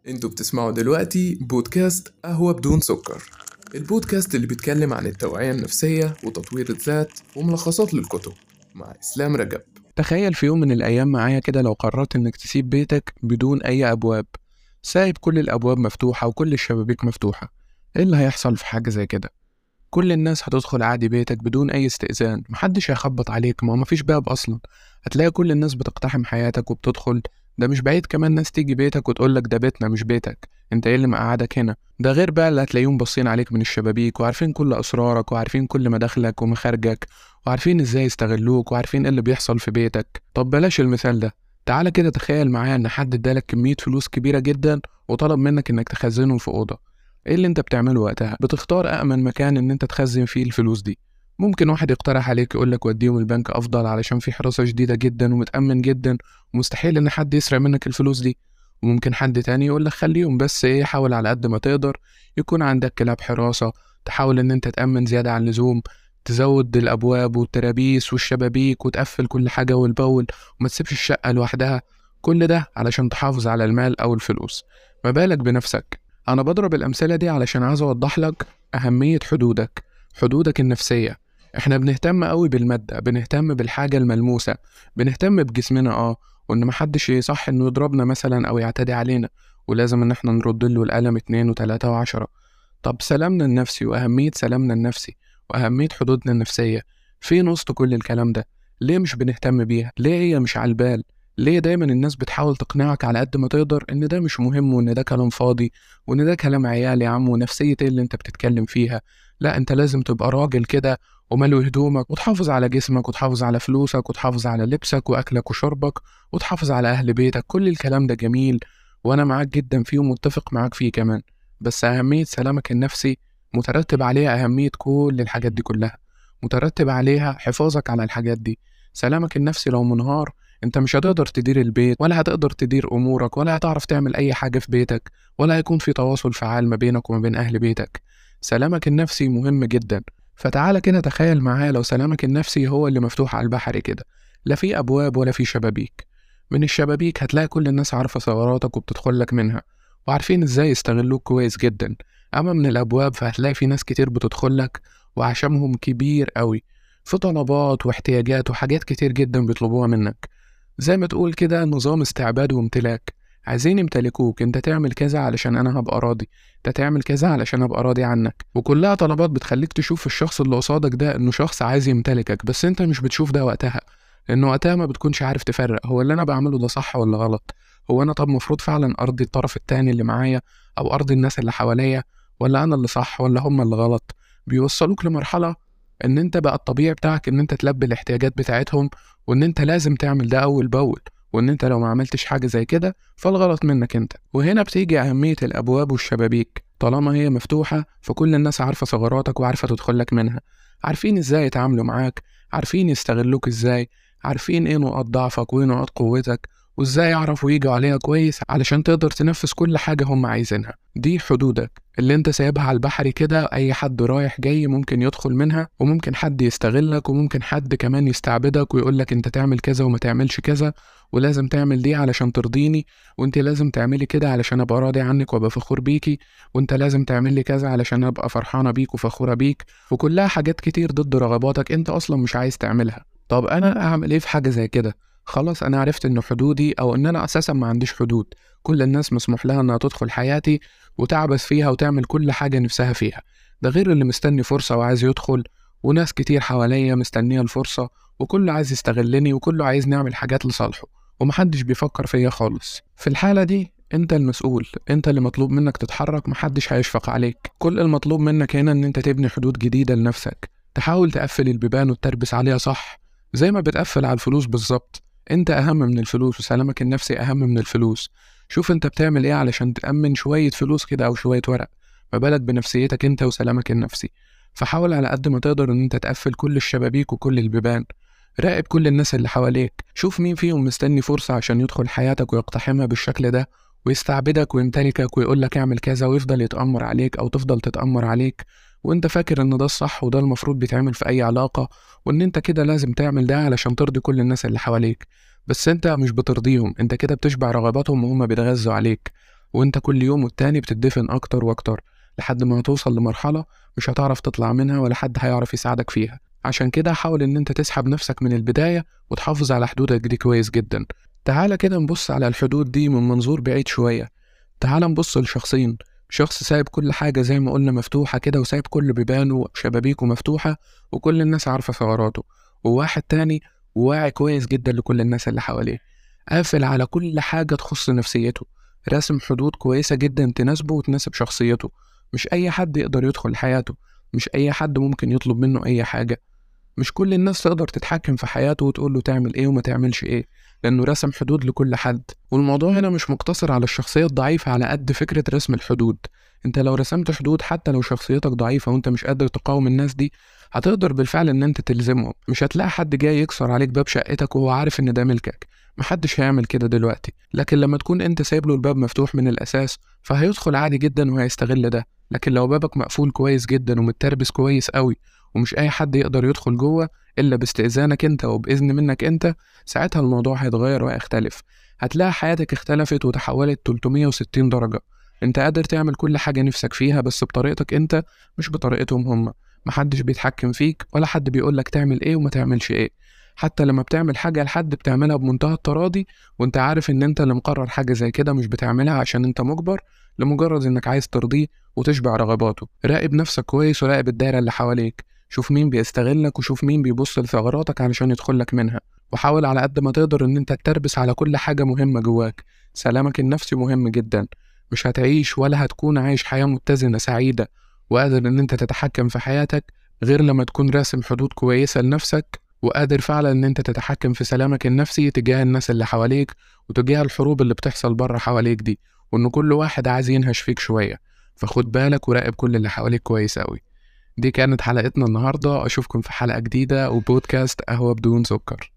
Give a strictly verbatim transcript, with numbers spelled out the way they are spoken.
انتوا بتسمعوا دلوقتي بودكاست قهوة بدون سكر. البودكاست اللي بيتكلم عن التوعية النفسية وتطوير الذات وملخصات للكتب مع إسلام رجب. تخيل في يوم من الأيام معايا كده لو قررت إنك تسيب بيتك بدون أي أبواب، سايب كل الأبواب مفتوحة وكل الشبابيك مفتوحة. إيه اللي هيحصل في حاجة زي كده؟ كل الناس هتدخل عادي بيتك بدون أي استئذان، محدش هيخبط عليك، ما هو مفيش باب أصلا. هتلاقي كل الناس بتقتحم حياتك وبتدخل. ده مش بعيد كمان ناس تيجي بيتك وتقولك ده بيتنا مش بيتك، انت ايه اللي مقعدك هنا؟ ده غير بقى اللي هتلاقيهم باصين عليك من الشبابيك وعارفين كل أسرارك وعارفين كل مداخلك ومخارجك وعارفين ازاي يستغلوك وعارفين ايه اللي بيحصل في بيتك. طب بلاش المثال ده، تعالى كده تخيل معايا ان حد ادالك كمية فلوس كبيرة جدا وطلب منك انك تخزنهم في أوضة. ايه اللي انت بتعمله وقتها؟ بتختار أأمن مكان ان انت تخزن فيه الفلوس دي. ممكن واحد يقترح عليك يقولك وديهم البنك افضل علشان في حراسة شديدة جدا ومتأمن جدا ومستحيل ان حد يسرق منك الفلوس دي. وممكن حد تاني يقولك خليهم، بس ايه، حاول على قد ما تقدر يكون عندك كلاب حراسة، تحاول ان انت تأمن زيادة عن اللزوم، تزود الابواب والترابيس والشبابيك وتقفل كل حاجة والبول وما تسيبش الشقة لوحدها. كل ده علشان تحافظ على المال او الفلوس. ما بالك بنفسك؟ أنا بضرب الأمثلة دي علشان عايز أوضح لك أهمية حدودك، حدودك النفسية. إحنا بنهتم قوي بالمادة، بنهتم بالحاجة الملموسة، بنهتم بجسمنا آه وإن محدش يصح إنه يضربنا مثلا أو يعتدي علينا، ولازم إن إحنا نرد له القلم اتنين وتلاتة وعشرة. طب سلامنا النفسي وأهمية سلامنا النفسي وأهمية حدودنا النفسية فين وسط كل الكلام ده؟ ليه مش بنهتم بيها؟ ليه هي مش على البال؟ ليه دايما الناس بتحاول تقنعك على قد ما تقدر إن ده مش مهم وإن ده كلام فاضي وإن ده كلام عيال يا عم ونفسية إيه اللي أنت بتتكلم فيها؟ لا، أنت لازم تبقى راجل كده وملو هدومك وتحافظ على جسمك وتحافظ على فلوسك وتحافظ على لبسك وأكلك وشربك وتحافظ على أهل بيتك. كل الكلام ده جميل وأنا معاك جدا فيه ومتفق معاك فيه كمان، بس أهمية سلامك النفسي مترتب عليها أهمية كل الحاجات دي كلها، مترتب عليها حفاظك على الحاجات دي. سلامك النفسي لو منهار انت مش هتقدر تدير البيت ولا هتقدر تدير امورك ولا هتعرف تعمل اي حاجة في بيتك ولا هيكون في تواصل فعال ما بينك وما بين اهل بيتك. سلامك النفسي مهم جدا. فتعالى كده تخيل معايا لو سلامك النفسي هو اللي مفتوح على البحر كده، لا في ابواب ولا في شبابيك. من الشبابيك هتلاقي كل الناس عارفة ثغراتك وبتدخل لك منها وعارفين ازاي يستغلوك كويس جدا. اما من الابواب فهتلاقي في ناس كتير بتدخل لك وعشمهم كبير قوي في طلبات واحتياجات وحاجات كتير جدا بيطلبوها منك. زي ما تقول كده نظام استعباد وامتلاك، عايزين يمتلكوك، انت تعمل كذا علشان انا هبقى راضي، انت تعمل كذا علشان ابقى راضي عنك، وكلها طلبات بتخليك تشوف الشخص اللي قصادك ده انه شخص عايز يمتلكك، بس انت مش بتشوف ده وقتها، لانه وقتها ما بتكونش عارف تفرق هو اللي انا بعمله ده صح ولا غلط. هو انا طب مفروض فعلا ارضي الطرف التاني اللي معايا او ارضي الناس اللي حواليا، ولا انا اللي صح ولا هم اللي غلط؟ بيوصلوك لمرحلة ان انت بقى الطبيعي بتاعك ان انت تلبي الاحتياجات بتاعتهم وان انت لازم تعمل ده اول باول، وان انت لو ما عملتش حاجة زي كده فالغلط منك انت. وهنا بتيجي اهمية الابواب والشبابيك، طالما هي مفتوحة فكل الناس عارفة ثغراتك وعارفة تدخلك منها، عارفين ازاي يتعاملوا معاك، عارفين يستغلوك ازاي، عارفين ايه نقاط ضعفك وايه نقاط قوتك وازاي يعرفوا يجوا عليها كويس علشان تقدر تنفذ كل حاجة هم عايزينها. دي حدودك اللي انت سايبها على البحر كده، اي حد رايح جاي ممكن يدخل منها وممكن حد يستغلك وممكن حد كمان يستعبدك ويقولك انت تعمل كذا وما تعملش كذا ولازم تعمل دي علشان ترضيني، وانت لازم تعملي كده علشان ابقى راضي عنك وابقى فخور بيكي، وانت لازم تعمل لي كذا علشان ابقى فرحانة بيك وفخورة بيك، وكلها حاجات كتير ضد رغباتك انت اصلا مش عايز تعملها. طب انا اعمل ايه في حاجة زي كده؟ خلاص انا عرفت ان حدودي او ان انا اساسا ما عنديش حدود، كل الناس مسموح لها انها تدخل حياتي وتعبث فيها وتعمل كل حاجة نفسها فيها. ده غير اللي مستني فرصة وعايز يدخل، وناس كتير حواليا مستنية الفرصة وكله عايز يستغلني وكله عايز نعمل حاجات لصالحه ومحدش بيفكر فيا خالص. في الحالة دي انت المسؤول، انت اللي مطلوب منك تتحرك، محدش هيشفق عليك. كل المطلوب منك هنا ان انت تبني حدود جديدة لنفسك، تحاول تقفل البيبان وتربس عليها صح زي ما بتقفل على الفلوس بالظبط. انت اهم من الفلوس وسلامك النفسي اهم من الفلوس. شوف انت بتعمل ايه علشان تأمن شوية فلوس كده او شوية ورق، ما بالك بنفسيتك انت وسلامك النفسي. فحاول على قد ما تقدر ان انت تقفل كل الشبابيك وكل البيبان، راقب كل الناس اللي حواليك، شوف مين فيهم مستني فرصة عشان يدخل حياتك ويقتحمها بالشكل ده ويستعبدك ويمتلكك ويقولك اعمل كذا ويفضل يتأمر عليك او تفضل تتأمر عليك وانت فاكر ان ده الصح وده المفروض بيتعمل في اي علاقة، وان انت كده لازم تعمل ده علشان ترضي كل الناس اللي حواليك. بس انت مش بترضيهم، انت كده بتشبع رغباتهم وهم بيتغذوا عليك. وانت كل يوم والتاني بتدفن اكتر واكتر لحد ما هتوصل لمرحلة مش هتعرف تطلع منها ولا حد هيعرف يساعدك فيها. عشان كده حاول ان انت تسحب نفسك من البداية وتحافظ على حدودك دي كويس جدا. تعالى كده نبص على الحدود دي من منظور بعيد شوية. تعالى نبص لشخصين، شخص سايب كل حاجة زي ما قلنا مفتوحة كده وسايب كل بيبانه وشبابيكه مفتوحة وكل الناس عارفة ثغراته، وواحد تاني واعي كويس جدا لكل الناس اللي حواليه، قافل على كل حاجة تخص نفسيته، راسم حدود كويسة جدا تناسبه وتناسب شخصيته. مش أي حد يقدر يدخل حياته، مش أي حد ممكن يطلب منه أي حاجة، مش كل الناس تقدر تتحكم في حياته وتقول له تعمل ايه وما تعملش ايه، لانه رسم حدود لكل حد. والموضوع هنا مش مقتصر على الشخصية الضعيفة على قد فكرة رسم الحدود. انت لو رسمت حدود حتى لو شخصيتك ضعيفة وانت مش قادر تقاوم الناس دي، هتقدر بالفعل ان انت تلزمهم. مش هتلاقي حد جاي يكسر عليك باب شقتك وهو عارف ان ده ملكك، محدش هيعمل كده دلوقتي. لكن لما تكون انت سايب له الباب مفتوح من الاساس فهيدخل عادي جدا وهيستغل ده. لكن لو بابك مقفول كويس جدا ومتربس كويس قوي ومش اي حد يقدر يدخل جوه الا باستئذانك انت وباذن منك انت، ساعتها الموضوع هيتغير وهيختلف. هتلاقي حياتك اختلفت وتحولت ثلاثمية وستين درجة. انت قادر تعمل كل حاجة نفسك فيها بس بطريقتك انت مش بطريقتهم هم. محدش بيتحكم فيك ولا حد بيقولك تعمل ايه وما تعملش ايه. حتى لما بتعمل حاجة لحد بتعملها بمنتهى التراضي وانت عارف ان انت اللي مقرر حاجة زي كده، مش بتعملها عشان انت مجبر، لمجرد انك عايز ترضيه وتشبع رغباته. راقب نفسك كويس وراقب الدايرة اللي حواليك، شوف مين بيستغلك وشوف مين بيبص لثغراتك علشان يدخلك منها، وحاول على قد ما تقدر ان انت تتربس على كل حاجة مهمة جواك. سلامك النفسي مهم جدا. مش هتعيش ولا هتكون عايش حياة متزنة سعيدة وقادر ان انت تتحكم في حياتك غير لما تكون راسم حدود كويسة لنفسك وقادر فعلا ان انت تتحكم في سلامك النفسي تجاه الناس اللي حواليك وتجاه الحروب اللي بتحصل بره حواليك دي، وان كل واحد عايز ينهش فيك شوية. فخد بالك وراقب كل اللي حواليك كويس قوي. دي كانت حلقتنا النهاردة، أشوفكم في حلقة جديدة وبودكاست قهوة بدون سكر.